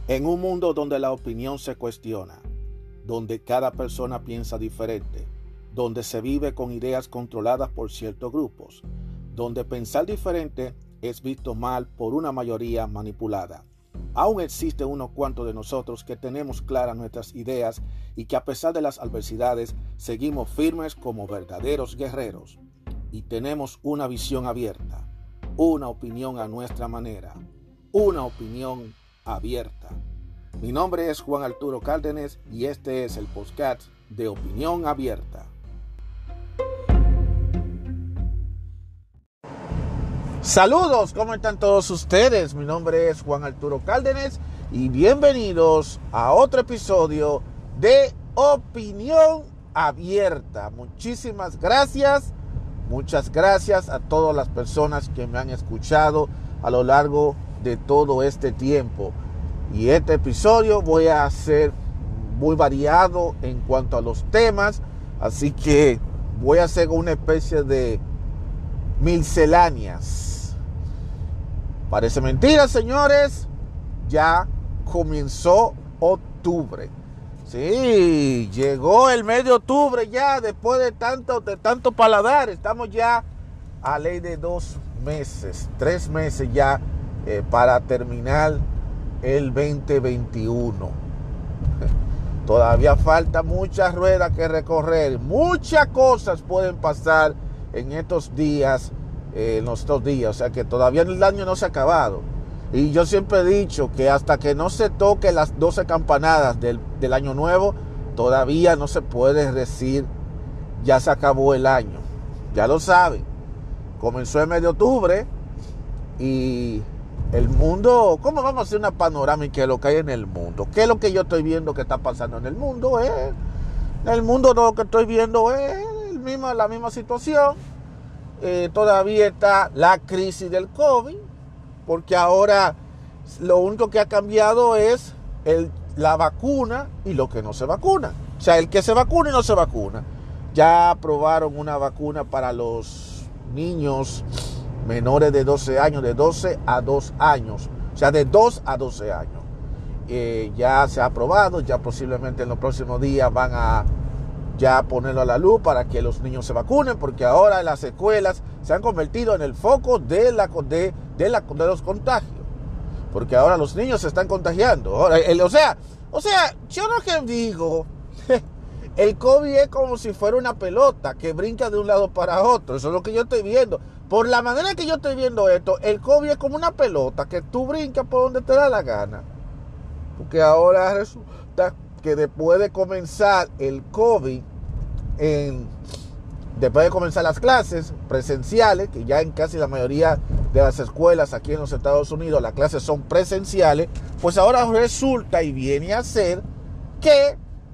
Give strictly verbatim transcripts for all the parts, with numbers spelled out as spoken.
En un mundo donde la opinión se cuestiona, donde cada persona piensa diferente, donde se vive con ideas controladas por ciertos grupos, donde pensar diferente es visto mal por una mayoría manipulada. Aún existe unos cuantos de nosotros que tenemos claras nuestras ideas y que a pesar de las adversidades seguimos firmes como verdaderos guerreros. Y tenemos una visión abierta, una opinión a nuestra manera, una opinión abierta. Mi nombre es Juan Arturo Cárdenas y este es el podcast de Opinión Abierta. Saludos, ¿cómo están todos ustedes? Mi nombre es Juan Arturo Cárdenas y bienvenidos a otro episodio de Opinión Abierta. Muchísimas gracias, muchas gracias a todas las personas que me han escuchado a lo largo de todo este tiempo. Y este episodio voy a hacer muy variado en cuanto a los temas, así que voy a hacer una especie de misceláneas. Parece mentira, señores, ya comenzó octubre. Sí, llegó el mes de octubre ya, después de tanto, de tanto paladar. Estamos ya a ley de dos meses, tres meses ya eh, para terminar el veinte veintiuno. Todavía falta muchas ruedas que recorrer. Muchas cosas pueden pasar en estos días, eh, en estos días. O sea que todavía el año no se ha acabado. Y yo siempre he dicho que hasta que no se toque las doce campanadas del, del año nuevo, todavía no se puede decir ya se acabó el año. Ya lo saben. Comenzó el mes de octubre y el mundo, ¿cómo vamos a hacer una panorámica de lo que hay en el mundo? ¿Qué es lo que yo estoy viendo que está pasando en el mundo? Eh? En el mundo lo que estoy viendo es el mismo, la misma situación. Eh, todavía está la crisis del COVID, porque ahora lo único que ha cambiado es el, la vacuna y lo que no se vacuna. O sea, el que se vacuna y no se vacuna. Ya aprobaron una vacuna para los niños menores de doce años, de doce a dos años, o sea, de dos a doce años. Eh, ya se ha aprobado, ya posiblemente en los próximos días van a ya ponerlo a la luz para que los niños se vacunen, porque ahora las escuelas se han convertido en el foco de, la, de, de, la, de los contagios, porque ahora los niños se están contagiando. Ahora, el, o sea, o sea, yo lo que digo, el COVID es como si fuera una pelota que brinca de un lado para otro. Eso es lo que yo estoy viendo. Por la manera que yo estoy viendo esto, el COVID es como una pelota que tú brincas por donde te da la gana. Porque ahora resulta que después de comenzar el COVID, en, después de comenzar las clases presenciales, que ya en casi la mayoría de las escuelas aquí en los Estados Unidos las clases son presenciales, pues ahora resulta y viene a ser que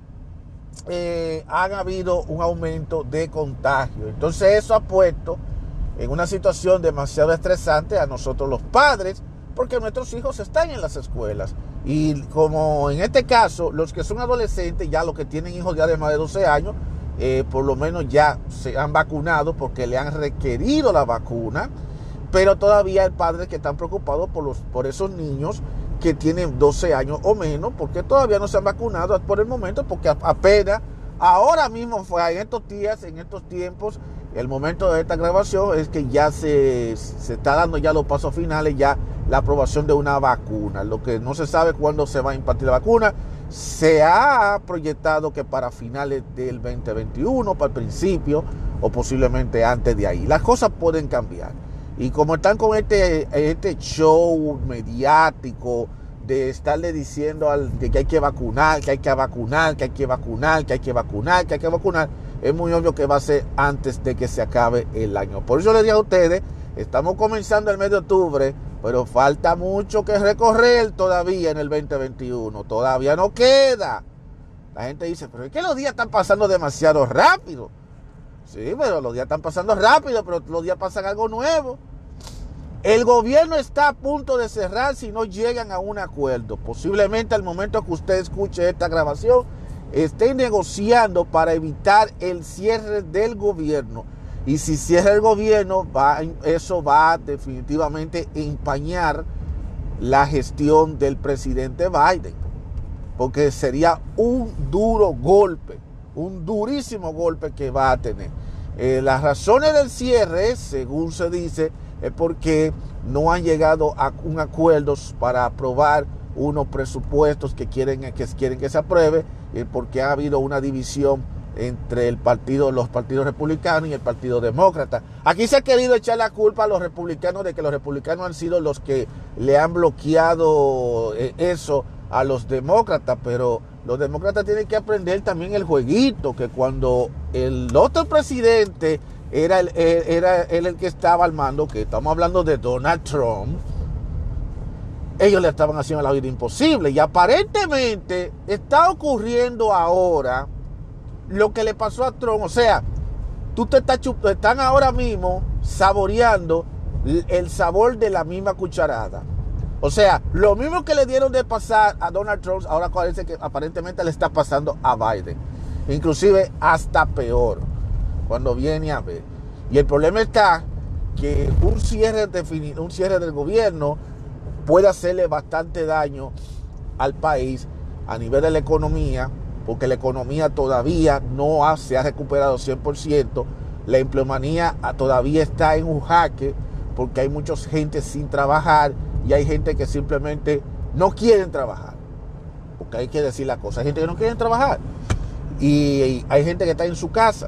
eh, han habido un aumento de contagio. Entonces eso ha puesto en una situación demasiado estresante a nosotros los padres, porque nuestros hijos están en las escuelas. Y como en este caso, los que son adolescentes, ya los que tienen hijos ya de más de doce años, eh, por lo menos ya se han vacunado porque le han requerido la vacuna, pero todavía hay padres que están preocupados por, los, por esos niños que tienen doce años o menos, porque todavía no se han vacunado por el momento, porque apenas ahora mismo fue en estos días, en estos tiempos, el momento de esta grabación es que ya se, se está dando ya los pasos finales, ya la aprobación de una vacuna. Lo que no se sabe cuándo se va a impartir la vacuna. Se ha proyectado que para finales del veinte veintiuno, para el principio, o posiblemente antes de ahí. Las cosas pueden cambiar. Y como están con este, este show mediático de estarle diciendo al, que hay que vacunar, que hay que vacunar, que hay que vacunar, que hay que vacunar, que hay que vacunar, es muy obvio que va a ser antes de que se acabe el año. Por eso les digo a ustedes, estamos comenzando el mes de octubre, pero falta mucho que recorrer todavía en el veinte veintiuno. Todavía no queda. La gente dice, pero es que los días están pasando demasiado rápido. Sí, pero los días están pasando rápido, pero los días pasan algo nuevo. El gobierno está a punto de cerrar si no llegan a un acuerdo. Posiblemente al momento que usted escuche esta grabación, estén negociando para evitar el cierre del gobierno. Y si cierra el gobierno, va, eso va definitivamente a empañar la gestión del presidente Biden, porque sería un duro golpe, un durísimo golpe que va a tener. Eh, las razones del cierre, según se dice, es porque no han llegado a un acuerdo para aprobar unos presupuestos que quieren que, quieren que se apruebe, eh, porque ha habido una división entre el partido, los partidos republicanos y el partido demócrata. Aquí se ha querido echar la culpa a los republicanos de que los republicanos han sido los que le han bloqueado eh, eso a los demócratas, pero los demócratas tienen que aprender también el jueguito, que cuando el otro presidente era el, era él el que estaba al mando, que estamos hablando de Donald Trump, ellos le estaban haciendo la vida imposible, y aparentemente está ocurriendo ahora lo que le pasó a Trump. O sea, tú te estás chup- están ahora mismo saboreando el sabor de la misma cucharada. O sea, lo mismo que le dieron de pasar a Donald Trump, ahora parece que aparentemente le está pasando a Biden. Inclusive hasta peor, cuando viene a ver. Y el problema está que un cierre, defini- un cierre del gobierno puede hacerle bastante daño al país a nivel de la economía, porque la economía todavía no ha, se ha recuperado cien por ciento. La empleomanía todavía está en un jaque, porque hay mucha gente sin trabajar y hay gente que simplemente no quieren trabajar, porque hay que decir la cosa. Hay gente que no quiere trabajar y hay gente que está en su casa.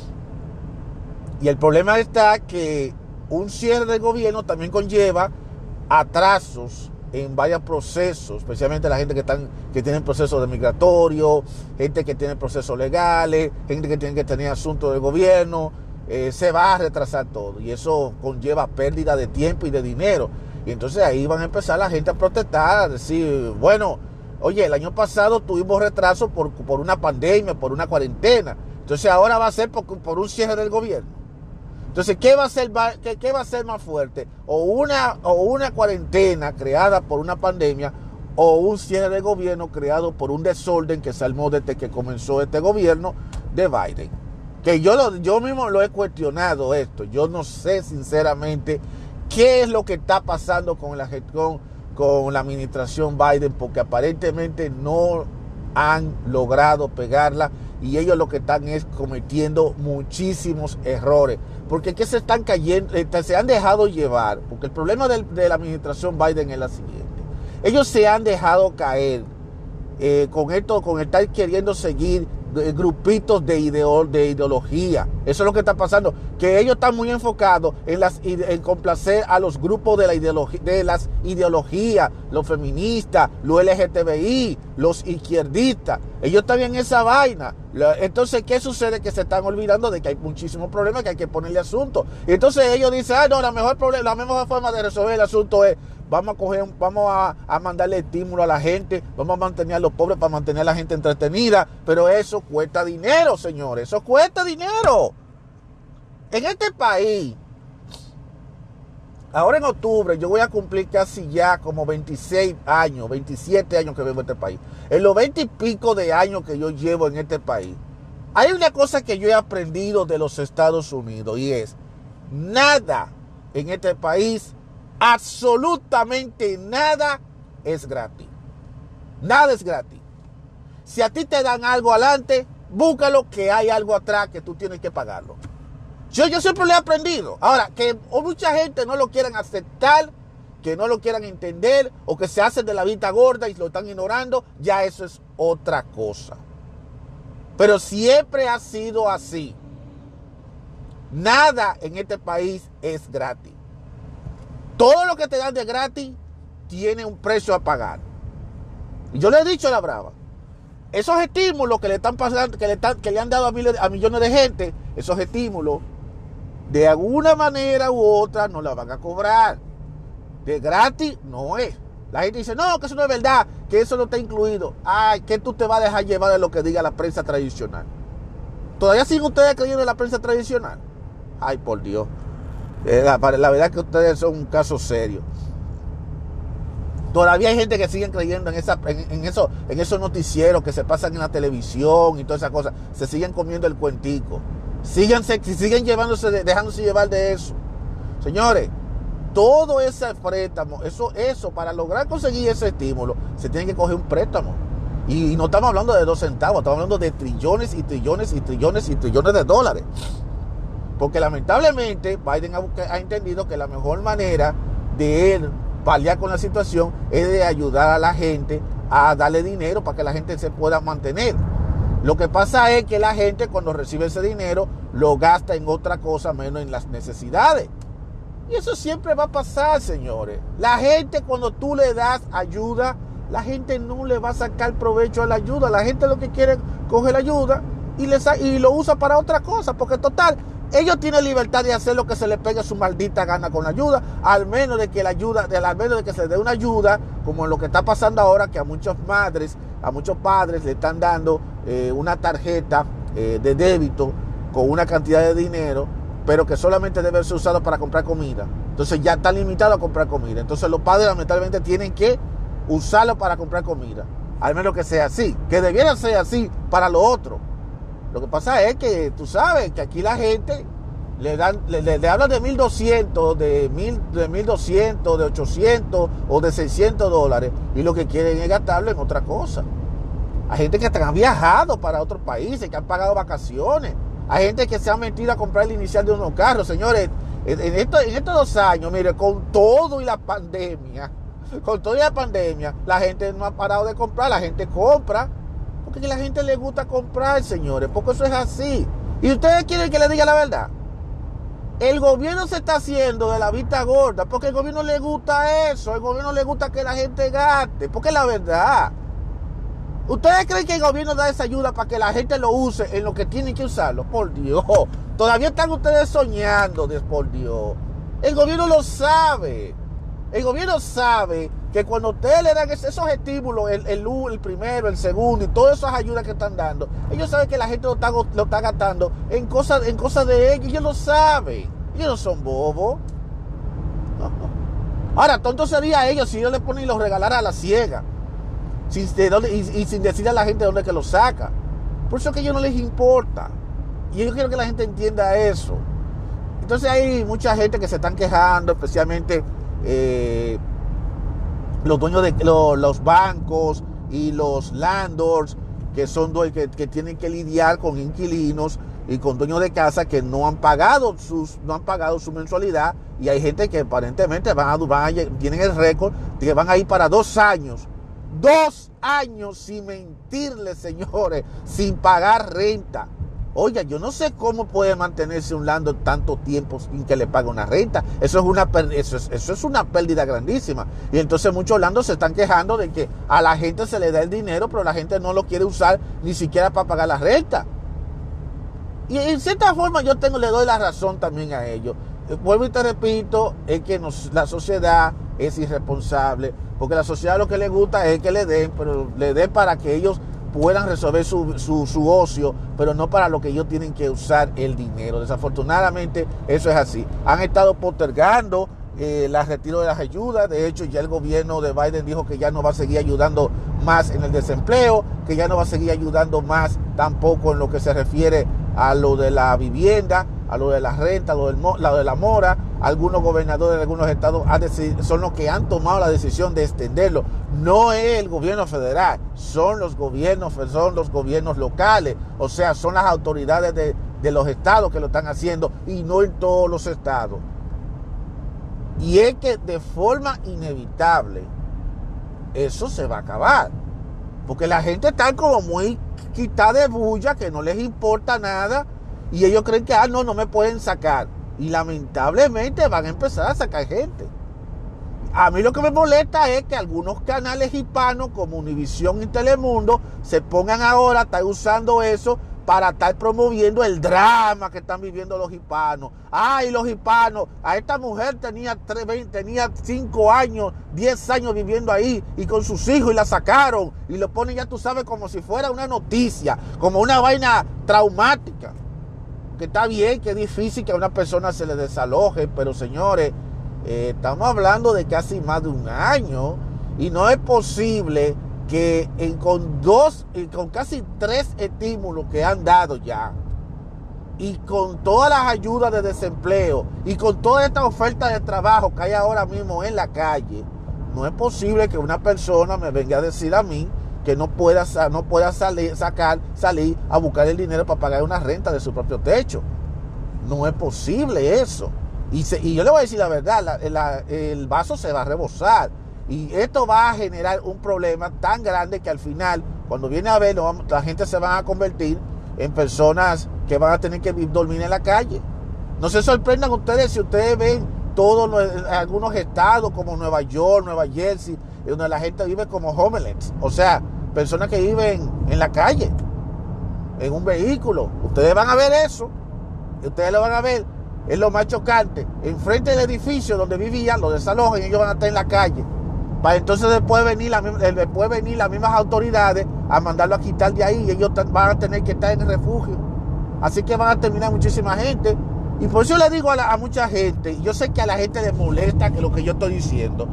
Y el problema está que un cierre del gobierno también conlleva atrasos en varios procesos, especialmente la gente que están que tienen procesos de migratorio, gente que tiene procesos legales, gente que tiene que tener asuntos del gobierno. Eh, se va a retrasar todo y eso conlleva pérdida de tiempo y de dinero. Y entonces ahí van a empezar la gente a protestar, a decir, bueno, oye, el año pasado tuvimos retraso por, por una pandemia, por una cuarentena, entonces ahora va a ser por, por un cierre del gobierno. Entonces, ¿qué va a ser, qué, qué va a ser más fuerte? O una, o una cuarentena creada por una pandemia, o un cierre de gobierno creado por un desorden que se armó desde que comenzó este gobierno de Biden. Que yo, lo, yo mismo lo he cuestionado esto. Yo no sé sinceramente qué es lo que está pasando con la, con, con la administración Biden, porque aparentemente no han logrado pegarla y ellos lo que están es cometiendo muchísimos errores. Porque ¿qué se están cayendo? Se han dejado llevar, porque el problema de, de la administración Biden es la siguiente. Ellos se han dejado caer eh, con esto, con estar queriendo seguir grupitos de, ideo, de ideología. Eso es lo que está pasando, que ellos están muy enfocados en, las, en complacer a los grupos de, la ideología, de las ideologías, los feministas, los L G T B I, los izquierdistas. Ellos están en esa vaina. Entonces, ¿qué sucede? Que se están olvidando de que hay muchísimos problemas que hay que ponerle asunto. Y entonces ellos dicen, ah, no, la mejor, problema, la mejor forma de resolver el asunto es vamos a coger, vamos a, a mandarle estímulo a la gente, vamos a mantener a los pobres para mantener a la gente entretenida, pero eso cuesta dinero, señores, eso cuesta dinero. En este país, ahora en octubre, yo voy a cumplir casi ya como veintiséis años, veintisiete años que vivo en este país. En los veinte y pico de años que yo llevo en este país, hay una cosa que yo he aprendido de los Estados Unidos y es, nada en este país, absolutamente nada es gratis. Nada es gratis. Si a ti te dan algo adelante, búscalo que hay algo atrás que tú tienes que pagarlo. Yo, yo siempre lo he aprendido. Ahora, que mucha gente no lo quieran aceptar, que no lo quieran entender, o que se hacen de la vista gorda y lo están ignorando, ya eso es otra cosa. Pero siempre ha sido así. Nada en este país es gratis. Todo lo que te dan de gratis tiene un precio a pagar. Y yo le he dicho a la brava, esos estímulos que le están pasando, que le, están, que le han dado a, miles, a millones de gente, esos estímulos, de alguna manera u otra no la van a cobrar. De gratis no es. La gente dice, no, que eso no es verdad, que eso no está incluido. Ay, ¿qué tú te vas a dejar llevar de lo que diga la prensa tradicional? ¿Todavía siguen ustedes creyendo en la prensa tradicional? Ay, por Dios. La, la verdad es que ustedes son un caso serio. Todavía hay gente que sigue creyendo en, esa, en, en, eso, en esos noticieros que se pasan en la televisión y todas esas cosas. Se siguen comiendo el cuentico. Síganse, siguen llevándose, dejándose llevar de eso. Señores, todo ese préstamo, eso, eso, para lograr conseguir ese estímulo, se tiene que coger un préstamo. Y, y no estamos hablando de dos centavos, estamos hablando de trillones y trillones y trillones y trillones de dólares. Porque lamentablemente Biden ha, ha entendido que la mejor manera de él paliar con la situación es de ayudar a la gente a darle dinero para que la gente se pueda mantener. Lo que pasa es que la gente cuando recibe ese dinero lo gasta en otra cosa menos en las necesidades. Y eso siempre va a pasar, señores. La gente cuando tú le das ayuda, la gente no le va a sacar provecho a la ayuda. La gente lo que quiere es coger la ayuda y, le sa- y lo usa para otra cosa. Porque total, ellos tienen libertad de hacer lo que se les pegue su maldita gana con la ayuda. Al menos de que la ayuda, de, al menos de que se dé una ayuda, como en lo que está pasando ahora, que a muchas madres, a muchos padres le están dando eh, una tarjeta eh, de débito con una cantidad de dinero, pero que solamente debe ser usado para comprar comida. Entonces ya está limitado a comprar comida. Entonces los padres lamentablemente tienen que usarlo para comprar comida. Al menos que sea así. Que debiera ser así para lo otro. Lo que pasa es que tú sabes que aquí la gente le dan, le, le, le hablan de mil doscientos, de mil, de mil doscientos, de ochocientos o de seiscientos dólares. Y lo que quieren es gastarlo en otra cosa. Hay gente que han viajado para otros países, que han pagado vacaciones. Hay gente que se ha metido a comprar el inicial de unos carros. Señores, en, esto, en estos dos años, mire, con todo y la pandemia, con toda la pandemia, la gente no ha parado de comprar, la gente compra, porque a la gente le gusta comprar, señores, porque eso es así. Y ustedes quieren que les diga la verdad. El gobierno se está haciendo de la vista gorda, porque el gobierno le gusta eso, el gobierno le gusta que la gente gaste, porque es la verdad. ¿Ustedes creen que el gobierno da esa ayuda para que la gente lo use en lo que tienen que usarlo? Por Dios, todavía están ustedes soñando, por Dios. El gobierno lo sabe. El gobierno sabe que cuando ustedes le dan esos estímulos, el, el, el primero, el segundo y todas esas ayudas que están dando, ellos saben que la gente lo está, lo está gastando en cosas, en cosas de ellos. Ellos lo saben. Ellos no son bobos. Ahora, tonto sería ellos si ellos le ponen y los regalara a la ciega. Sin, de dónde, y, y sin decirle a la gente de dónde que lo saca. Por eso que a ellos no les importa. Y yo quiero que la gente entienda eso. Entonces hay mucha gente que se están quejando, especialmente eh, los dueños de lo, los bancos y los landlords, que son que, que tienen que lidiar con inquilinos y con dueños de casa que no han pagado sus no han pagado su mensualidad. Y hay gente que aparentemente van a, van a, tienen el récord de que van a ir para dos años. Dos años sin mentirles, señores, sin pagar renta. Oiga, yo no sé cómo puede mantenerse un landlord tanto tiempo sin que le pague una renta. Eso es una, eso es, eso es una pérdida grandísima. Y entonces muchos landlords se están quejando de que a la gente se le da el dinero, pero la gente no lo quiere usar ni siquiera para pagar la renta. Y en cierta forma yo tengo, le doy la razón también a ellos. Vuelvo y te repito, es que nos, la sociedad es irresponsable, porque la sociedad lo que le gusta es que le den, pero le den para que ellos puedan resolver su, su, su ocio, pero no para lo que ellos tienen que usar el dinero. Desafortunadamente eso es así. Han estado postergando eh, el retiro de las ayudas. De hecho, ya el gobierno de Biden dijo que ya no va a seguir ayudando más en el desempleo, que ya no va a seguir ayudando más tampoco en lo que se refiere a lo de la vivienda, a lo de la renta, a lo, del, lo de la mora. Algunos gobernadores de algunos estados son los que han tomado la decisión de extenderlo. No es el gobierno federal, son los gobiernos, son los gobiernos locales, o sea, son las autoridades de, de los estados que lo están haciendo, y no en todos los estados. Y es que de forma inevitable eso se va a acabar, porque la gente está como muy quitada de bulla, que no les importa nada, y ellos creen que ah, no, no me pueden sacar. Y lamentablemente van a empezar a sacar gente. A mí lo que me molesta es que algunos canales hispanos como Univisión y Telemundo se pongan ahora a estar usando eso para estar promoviendo el drama que están viviendo los hispanos. Ay, los hispanos, a esta mujer tenía, tres, veinte, tenía cinco años, diez años viviendo ahí y con sus hijos y la sacaron. Y lo ponen, ya tú sabes, como si fuera una noticia, como una vaina traumática. Que está bien, que es difícil que a una persona se le desaloje, pero señores, eh, estamos hablando de casi más de un año y no es posible que en, con dos, con casi tres estímulos que han dado ya, y con todas las ayudas de desempleo y con toda esta oferta de trabajo que hay ahora mismo en la calle, no es posible que una persona me venga a decir a mí que no pueda, no pueda salir, sacar, salir a buscar el dinero para pagar una renta de su propio techo. No es posible eso. Y, se, y yo le voy a decir la verdad, la, la, el vaso se va a rebosar. Y esto va a generar un problema tan grande que al final, cuando viene a ver, la gente se va a convertir en personas que van a tener que dormir en la calle. No se sorprendan ustedes si ustedes ven todos los, algunos estados como Nueva York, Nueva Jersey, donde la gente vive como homeless, o sea, personas que viven en la calle, en un vehículo. Ustedes van a ver eso, ustedes lo van a ver, es lo más chocante. Enfrente del edificio donde vivían, los desalojan y ellos van a estar en la calle. Para entonces después venir, la, después venir las mismas autoridades a mandarlo a quitar de ahí y ellos van a tener que estar en el refugio. Así que van a terminar muchísima gente. Y por eso le digo a, la, a mucha gente, y yo sé que a la gente les molesta que lo que yo estoy diciendo.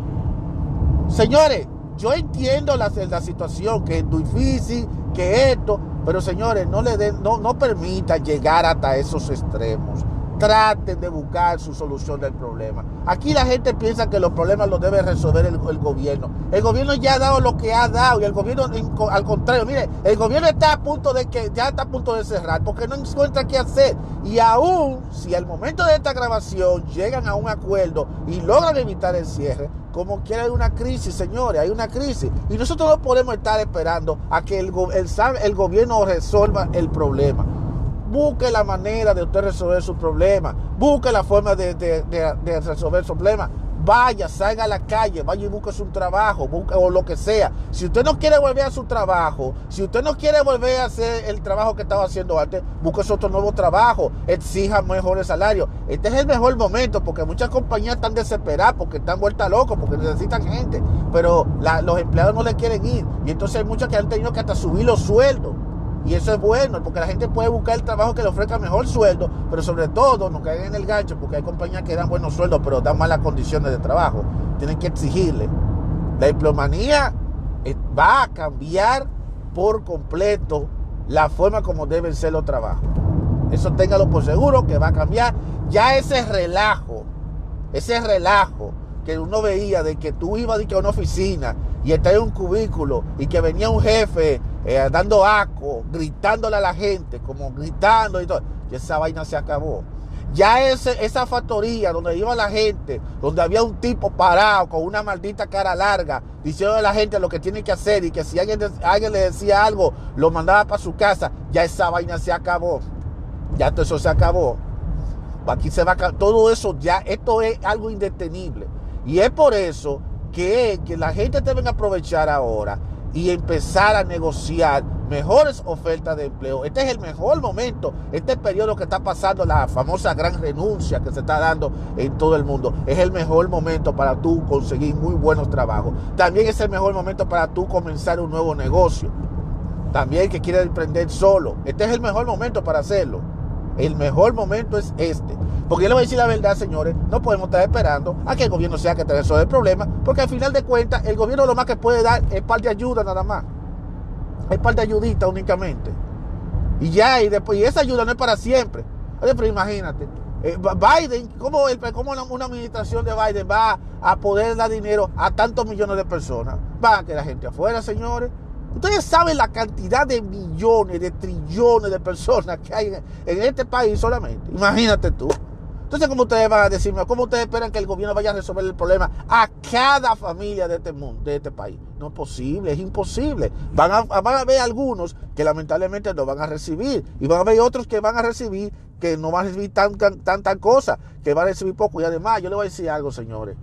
Señores, yo entiendo la, la situación, que es difícil, que esto, pero señores, no le den, no, no permitan llegar hasta esos extremos. Traten de buscar su solución del problema. Aquí la gente piensa que los problemas los debe resolver el, el gobierno. El gobierno ya ha dado lo que ha dado y el gobierno, al contrario, mire, el gobierno está a punto de que ya está a punto de cerrar porque no encuentra qué hacer. Y aún si al momento de esta grabación llegan a un acuerdo y logran evitar el cierre, como quiera hay una crisis, señores, hay una crisis. Y nosotros no podemos estar esperando a que el, el, el gobierno resuelva el problema. Busque la manera de usted resolver su problema. Busque la forma de, de, de, de resolver su problema. Vaya, salga a la calle, vaya y busque un trabajo, busque, o lo que sea. Si usted no quiere volver a su trabajo, si usted no quiere volver a hacer el trabajo que estaba haciendo antes, busque otro nuevo trabajo, exija mejores salarios. Este es el mejor momento porque muchas compañías están desesperadas, porque están vueltas locos, porque necesitan gente, pero la, los empleados no le quieren ir. Y entonces hay muchos que han tenido que hasta subir los sueldos. Y eso es bueno, porque la gente puede buscar el trabajo que le ofrezca mejor sueldo, pero sobre todo no caigan en el gancho, porque hay compañías que dan buenos sueldos, pero dan malas condiciones de trabajo. Tienen que exigirle. La empleomanía va a cambiar por completo la forma como deben ser los trabajos. Eso téngalo por seguro que va a cambiar. Ya ese relajo, ese relajo que uno veía de que tú ibas a una oficina y estabas en un cubículo y que venía un jefe eh, dando asco, gritándole a la gente, como gritando y todo, y esa vaina se acabó. Ya ese, esa factoría donde iba la gente, donde había un tipo parado con una maldita cara larga, diciendo a la gente lo que tiene que hacer y que si alguien, alguien le decía algo, lo mandaba para su casa, ya esa vaina se acabó. Ya todo eso se acabó. Aquí se va a acabar. Todo eso ya, esto es algo indetenible. Y es por eso que, que la gente debe aprovechar ahora y empezar a negociar mejores ofertas de empleo. Este es el mejor momento, este periodo que está pasando, la famosa gran renuncia que se está dando en todo el mundo, es el mejor momento para tú conseguir muy buenos trabajos. También es el mejor momento para tú comenzar un nuevo negocio. También que quiere emprender solo, este es el mejor momento para hacerlo. El mejor momento es este. Porque yo le voy a decir la verdad, señores, no podemos estar esperando a que el gobierno sea que te resuelva el problema, porque al final de cuentas el gobierno lo más que puede dar es par de ayuda nada más. Es par de ayudita únicamente. Y ya, y después, y esa ayuda no es para siempre. Oye, pero imagínate, eh, Biden, ¿cómo, el, ¿cómo una administración de Biden va a poder dar dinero a tantos millones de personas? Va a quedar gente afuera, señores. Ustedes saben la cantidad de millones, de trillones de personas que hay en, en este país solamente. Imagínate tú. Entonces, ¿cómo ustedes van a decirme? ¿Cómo ustedes esperan que el gobierno vaya a resolver el problema a cada familia de este mundo, de este país? No es posible, es imposible. Van a, van a haber algunos que lamentablemente no van a recibir. Y van a haber otros que van a recibir, que no van a recibir tanta tan, tan, tan cosa, que van a recibir poco. Y además, yo les voy a decir algo, señores.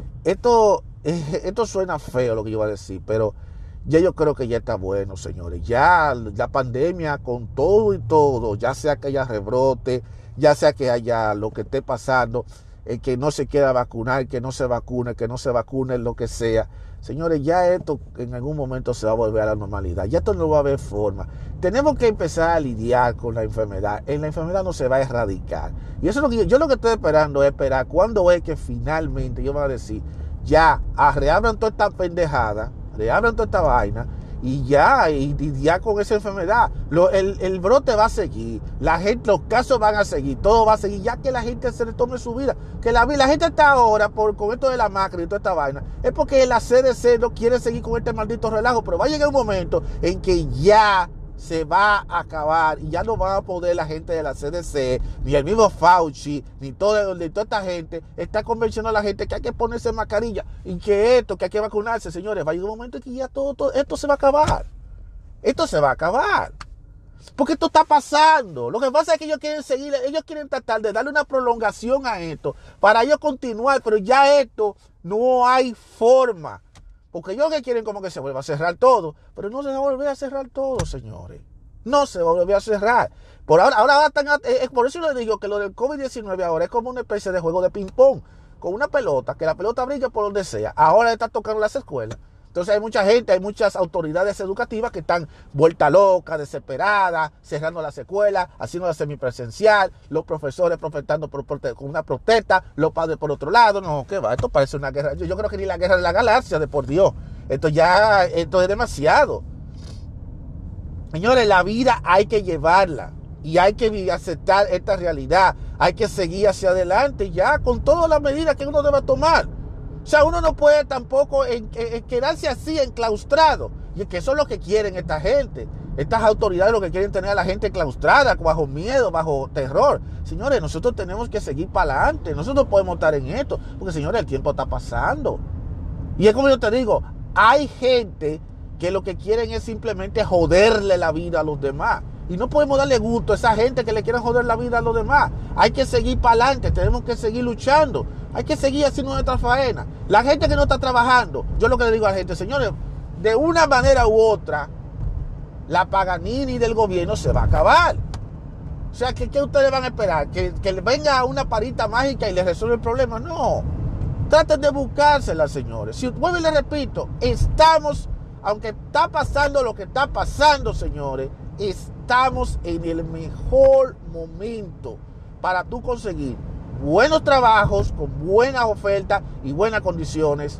Esto, eh, esto suena feo lo que yo voy a decir, pero ya yo creo que ya está bueno, señores. Ya la pandemia con todo y todo, ya sea que haya rebrote, ya sea que haya lo que esté pasando, el que no se quiera vacunar, que no se vacune, que no se vacune, lo que sea. Señores, ya esto en algún momento se va a volver a la normalidad. Ya esto no va a haber forma. Tenemos que empezar a lidiar con la enfermedad. En la enfermedad no se va a erradicar. Y eso es lo que yo, yo lo que estoy esperando es esperar cuándo es que finalmente yo voy a decir, ya, reabran toda esta pendejada, reabran toda esta vaina y ya, y, y ya con esa enfermedad. Lo, el, el brote va a seguir, la gente, los casos van a seguir, todo va a seguir, ya que la gente se retome su vida. Que la, la gente está ahora por, con esto de la macro y toda esta vaina, es porque la C D C no quiere seguir con este maldito relajo, pero va a llegar un momento en que ya se va a acabar y ya no van a poder la gente de la C D C, ni el mismo Fauci, ni, todo, ni toda esta gente está convenciendo a la gente que hay que ponerse mascarilla y que esto, que hay que vacunarse. Señores, va a llegar un momento en que ya todo, todo esto se va a acabar. Esto se va a acabar. Porque esto está pasando. Lo que pasa es que ellos quieren seguir, ellos quieren tratar de darle una prolongación a esto para ellos continuar, pero ya esto no hay forma. Porque ellos que quieren como que se vuelva a cerrar todo, pero no se va a volver a cerrar todo, señores. No se va a volver a cerrar. Por ahora, ahora, ahora están, eh, por eso les digo que lo del COVID diecinueve ahora es como una especie de juego de ping-pong, con una pelota, que la pelota brilla por donde sea. Ahora está tocando las escuelas. Entonces hay mucha gente, hay muchas autoridades educativas que están vuelta loca, desesperadas, cerrando las escuelas, haciendo la semipresencial, los profesores protestando por, por, con una protesta, los padres por otro lado. No, ¿qué va? Esto parece una guerra. Yo, yo creo que ni la guerra de la galaxia, de por Dios. Esto ya, esto es demasiado. Señores, la vida hay que llevarla y hay que aceptar esta realidad. Hay que seguir hacia adelante ya con todas las medidas que uno debe tomar. O sea, uno no puede tampoco en, en, en quedarse así enclaustrado. Y es que eso es lo que quieren esta gente. Estas autoridades lo que quieren tener a la gente enclaustrada, bajo miedo, bajo terror. Señores, nosotros tenemos que seguir para adelante. Nosotros no podemos estar en esto. Porque, señores, el tiempo está pasando. Y es como yo te digo, hay gente que lo que quieren es simplemente joderle la vida a los demás. Y no podemos darle gusto a esa gente que le quieren joder la vida a los demás. Hay que seguir para adelante, tenemos que seguir luchando. Hay que seguir haciendo nuestra faena. La gente que no está trabajando, yo lo que le digo a la gente, señores, de una manera u otra, la Paganini del gobierno se va a acabar. O sea, ¿qué, qué ustedes van a esperar? ¿Que, que venga una parita mágica y les resuelva el problema? No. Traten de buscársela, señores. Si vuelvo y les repito, estamos, aunque está pasando lo que está pasando, señores, estamos en el mejor momento para tú conseguir buenos trabajos con buenas ofertas y buenas condiciones,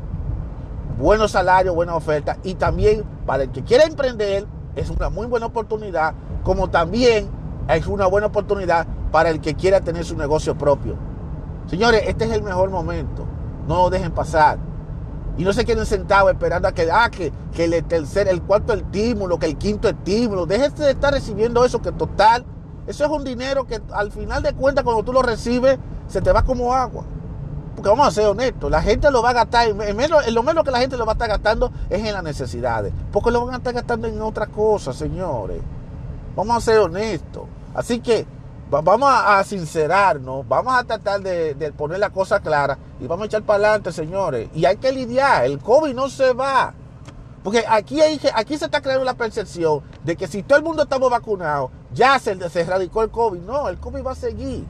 buenos salarios, buenas ofertas, y también para el que quiera emprender es una muy buena oportunidad, como también es una buena oportunidad para el que quiera tener su negocio propio. Señores, este es el mejor momento, no lo dejen pasar. Y no se queden sentados esperando a que, ah, que, que el tercer, el cuarto estímulo, que el quinto estímulo. Déjense de estar recibiendo eso, que total, eso es un dinero que al final de cuentas cuando tú lo recibes, se te va como agua. Porque vamos a ser honestos, la gente lo va a gastar, en, menos, en lo menos que la gente lo va a estar gastando es en las necesidades. Porque lo van a estar gastando en otras cosas, señores. Vamos a ser honestos. Así que vamos a, a sincerarnos, vamos a tratar de, de poner la cosa clara y vamos a echar para adelante, señores. Y hay que lidiar, el COVID no se va. Porque aquí, hay, aquí se está creando la percepción de que si todo el mundo estamos vacunados, ya se, se erradicó el COVID. No, el COVID va a seguir.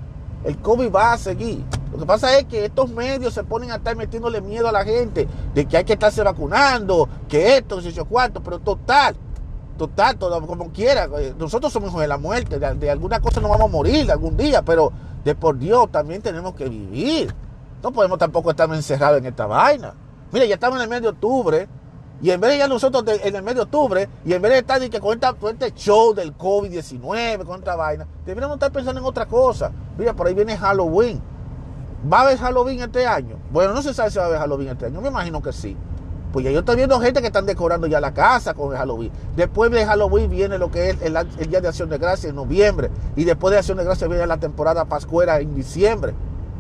El COVID va a seguir. Lo que pasa es que estos medios se ponen a estar metiéndole miedo a la gente de que hay que estarse vacunando, que esto, que eso, cuarto, pero total. Total, todo como quiera. Nosotros somos hijos de la muerte. De, de alguna cosa nos vamos a morir de algún día, pero de por Dios también tenemos que vivir. No podemos tampoco estar encerrados en esta vaina. Mira, ya estamos en el mes de octubre, y en vez de ya nosotros de, en el mes de octubre, y en vez de estar de que con, esta, con este show del COVID diecinueve, con esta vaina, deberíamos estar pensando en otra cosa. Mira, por ahí viene Halloween. ¿Va a haber Halloween este año? Bueno, no se sabe si va a haber Halloween este año. Me imagino que sí. Pues ya yo estoy viendo gente que están decorando ya la casa con el Halloween. Después de Halloween viene lo que es el, el Día de Acción de Gracias en noviembre. Y después de Acción de Gracias viene la temporada pascuera en diciembre.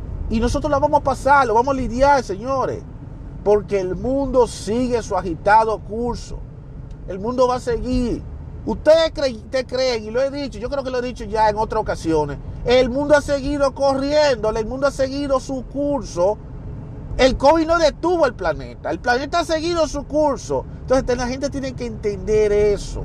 Y nosotros la vamos a pasar, lo vamos a lidiar, señores. Porque el mundo sigue su agitado curso. El mundo va a seguir. Ustedes creen, ustedes creen, y lo he dicho, yo creo que lo he dicho ya en otras ocasiones. El mundo ha seguido corriendo, el mundo ha seguido su curso. El COVID no detuvo el planeta, el planeta ha seguido su curso. Entonces la gente tiene que entender eso.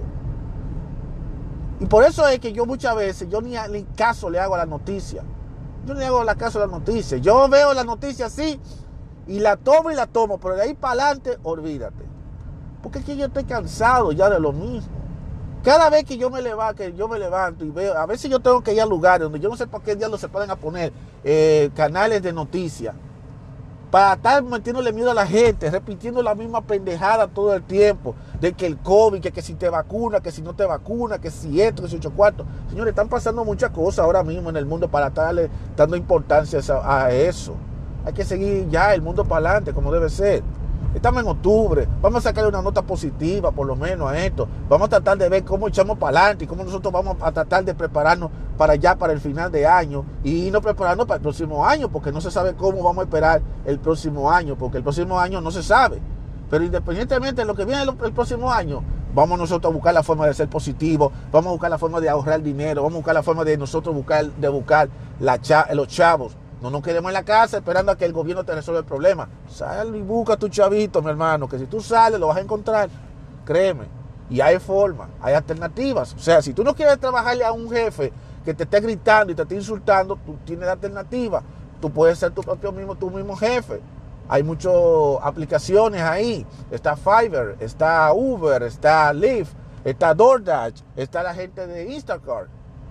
Y por eso es que yo muchas veces, yo ni, ni caso le hago a la noticia. Yo ni hago la caso a la noticia. Yo veo la noticia así y la tomo y la tomo, pero de ahí para adelante, olvídate. Porque es que yo estoy cansado ya de lo mismo. Cada vez que yo me levanto, que yo me levanto y veo, a veces yo tengo que ir a lugares donde yo no sé por qué diablos se pueden a poner eh, canales de noticias. para estar metiéndole miedo a la gente, repitiendo la misma pendejada todo el tiempo, de que el COVID, que, que si te vacuna, que si no te vacuna, que si esto, que si ocho cuartos. Señores, están pasando muchas cosas ahora mismo en el mundo para estarle dando importancia a, a eso. Hay que seguir ya el mundo para adelante como debe ser. Estamos en octubre, vamos a sacarle una nota positiva por lo menos a esto. Vamos a tratar de ver cómo echamos para adelante y cómo nosotros vamos a tratar de prepararnos para ya, para el final de año y no prepararnos para el próximo año, porque no se sabe cómo vamos a esperar el próximo año, porque el próximo año no se sabe. Pero independientemente de lo que viene el, el próximo año, vamos nosotros a buscar la forma de ser positivos, vamos a buscar la forma de ahorrar dinero, vamos a buscar la forma de nosotros buscar, de buscar la, los chavos. No nos quedemos en la casa esperando a que el gobierno te resuelva el problema. Sal y busca a tu chavito, mi hermano, que si tú sales lo vas a encontrar. Créeme. Y hay forma, hay alternativas. O sea, si tú no quieres trabajarle a un jefe que te esté gritando y te esté insultando, tú tienes la alternativa. Tú puedes ser tu propio mismo, tu mismo jefe. Hay muchas aplicaciones ahí. Está Fiverr, está Uber, está Lyft, está DoorDash, está la gente de Instacart,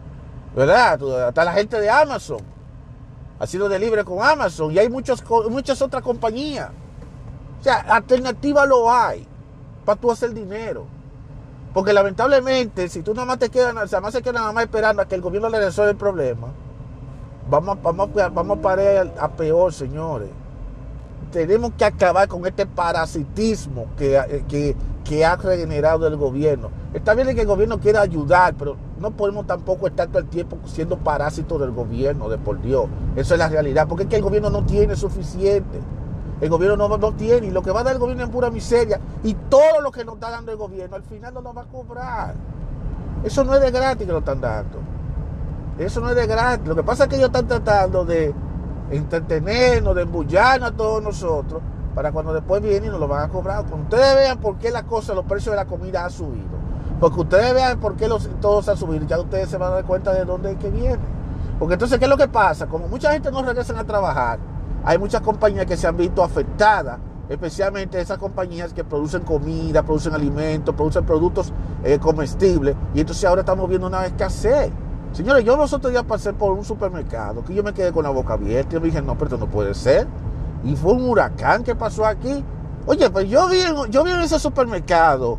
¿verdad? Está la gente de Amazon. Ha sido de libre con Amazon y hay muchos, muchas otras compañías. O sea, alternativa lo hay para tú hacer dinero. Porque lamentablemente, si tú nada más te quedas, o sea, más se queda nada más esperando a que el gobierno le resuelva el problema, vamos, vamos, vamos a parar a peor, señores. Tenemos que acabar con este parasitismo que, que, que ha generado el gobierno. Está bien que el gobierno quiera ayudar, pero no podemos tampoco estar todo el tiempo siendo parásitos del gobierno, de por Dios. Eso es la realidad, porque es que el gobierno no tiene suficiente. El gobierno no, no tiene, y lo que va a dar el gobierno es pura miseria. Y todo lo que nos está dando el gobierno, al final no nos va a cobrar. Eso no es de gratis que lo están dando. Eso no es de gratis. Lo que pasa es que ellos están tratando de entretenernos, de embullarnos a todos nosotros, para cuando después vienen y nos lo van a cobrar. Cuando ustedes vean por qué la cosa, los precios de la comida han subido, porque ustedes vean por qué los, todos han subido, ya ustedes se van a dar cuenta de dónde es que viene. Porque entonces, ¿qué es lo que pasa? Como mucha gente no regresa a trabajar, hay muchas compañías que se han visto afectadas, especialmente esas compañías que producen comida, producen alimentos, producen productos eh, comestibles, y entonces ahora estamos viendo una escasez. Señores, yo los otros días pasé por un supermercado, que yo me quedé con la boca abierta, y yo me dije, no, pero esto no puede ser. Y fue un huracán que pasó aquí. Oye, pues yo vi en, yo vi en ese supermercado,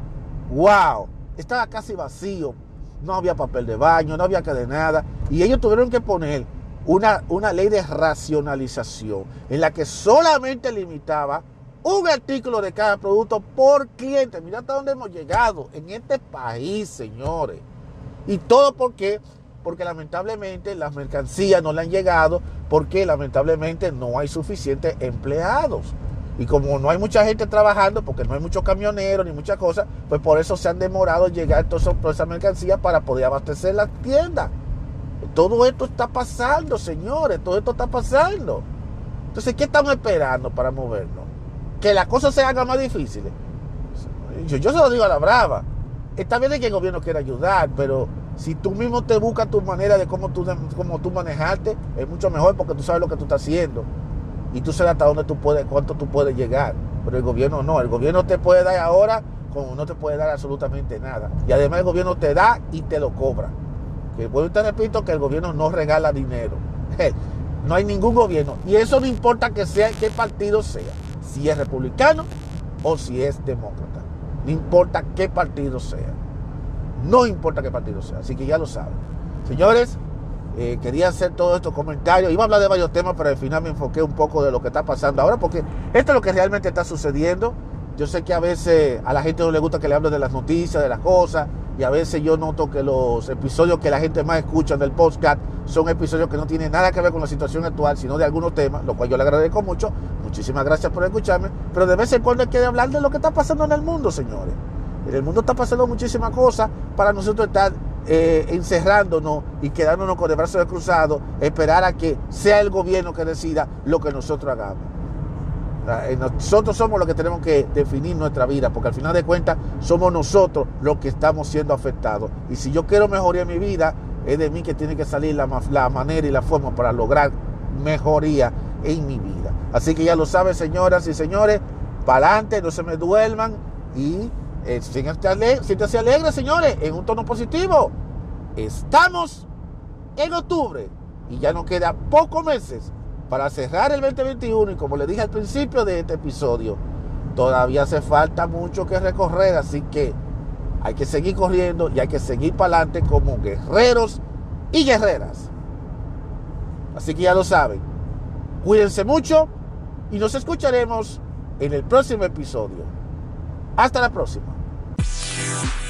wow, estaba casi vacío, no había papel de baño, no había nada, y ellos tuvieron que poner una, una ley de racionalización en la que solamente limitaba un artículo de cada producto por cliente. Mira hasta dónde hemos llegado en este país, señores. ¿Y todo por qué? Porque lamentablemente las mercancías no le han llegado, porque lamentablemente no hay suficientes empleados. Y como no hay mucha gente trabajando, porque no hay muchos camioneros ni muchas cosas, pues por eso se han demorado en llegar todas esas mercancías para poder abastecer las tiendas. Todo esto está pasando, señores, todo esto está pasando. Entonces, ¿qué estamos esperando para movernos? Que las cosas se hagan más difíciles. Yo, yo se lo digo a la brava. Está bien de que el gobierno quiera ayudar, pero si tú mismo te buscas tu manera de cómo tú, cómo tú manejarte, es mucho mejor, porque tú sabes lo que tú estás haciendo. Y tú sabes hasta dónde tú puedes, cuánto tú puedes llegar. Pero el gobierno no. El gobierno te puede dar ahora como no te puede dar absolutamente nada. Y además el gobierno te da y te lo cobra. Que vuelvo y te repito que el gobierno no regala dinero. No hay ningún gobierno. Y eso no importa que sea, qué partido sea. Si es republicano o si es demócrata. No importa qué partido sea. No importa qué partido sea. Así que ya lo saben. Señores, Eh, quería hacer todos estos comentarios. Iba a hablar de varios temas, pero al final me enfoqué un poco de lo que está pasando ahora, porque esto es lo que realmente está sucediendo. Yo sé que a veces a la gente no le gusta que le hable de las noticias, de las cosas, y a veces yo noto que los episodios que la gente más escucha del podcast son episodios que no tienen nada que ver con la situación actual, sino de algunos temas, lo cual yo le agradezco mucho. Muchísimas gracias por escucharme, pero de vez en cuando hay que hablar de lo que está pasando en el mundo, señores. En el mundo está pasando muchísimas cosas para nosotros estar Eh, encerrándonos y quedándonos con el brazo cruzado, esperar a que sea el gobierno que decida lo que nosotros hagamos. Nosotros somos los que tenemos que definir nuestra vida, porque al final de cuentas somos nosotros los que estamos siendo afectados. Y si yo quiero mejoría en mi vida, es de mí que tiene que salir la, la manera y la forma para lograr mejoría en mi vida. Así que ya lo saben, señoras y señores, para adelante, no se me duerman y Eh, siéntanse alegres, siéntanse alegres, señores, en un tono positivo. Estamos en octubre y ya nos queda pocos meses para cerrar el veinte veintiuno, y como le dije al principio de este episodio, todavía hace falta mucho que recorrer, así que hay que seguir corriendo y hay que seguir para adelante como guerreros y guerreras. Así que ya lo saben, cuídense mucho y nos escucharemos en el próximo episodio. Hasta la próxima.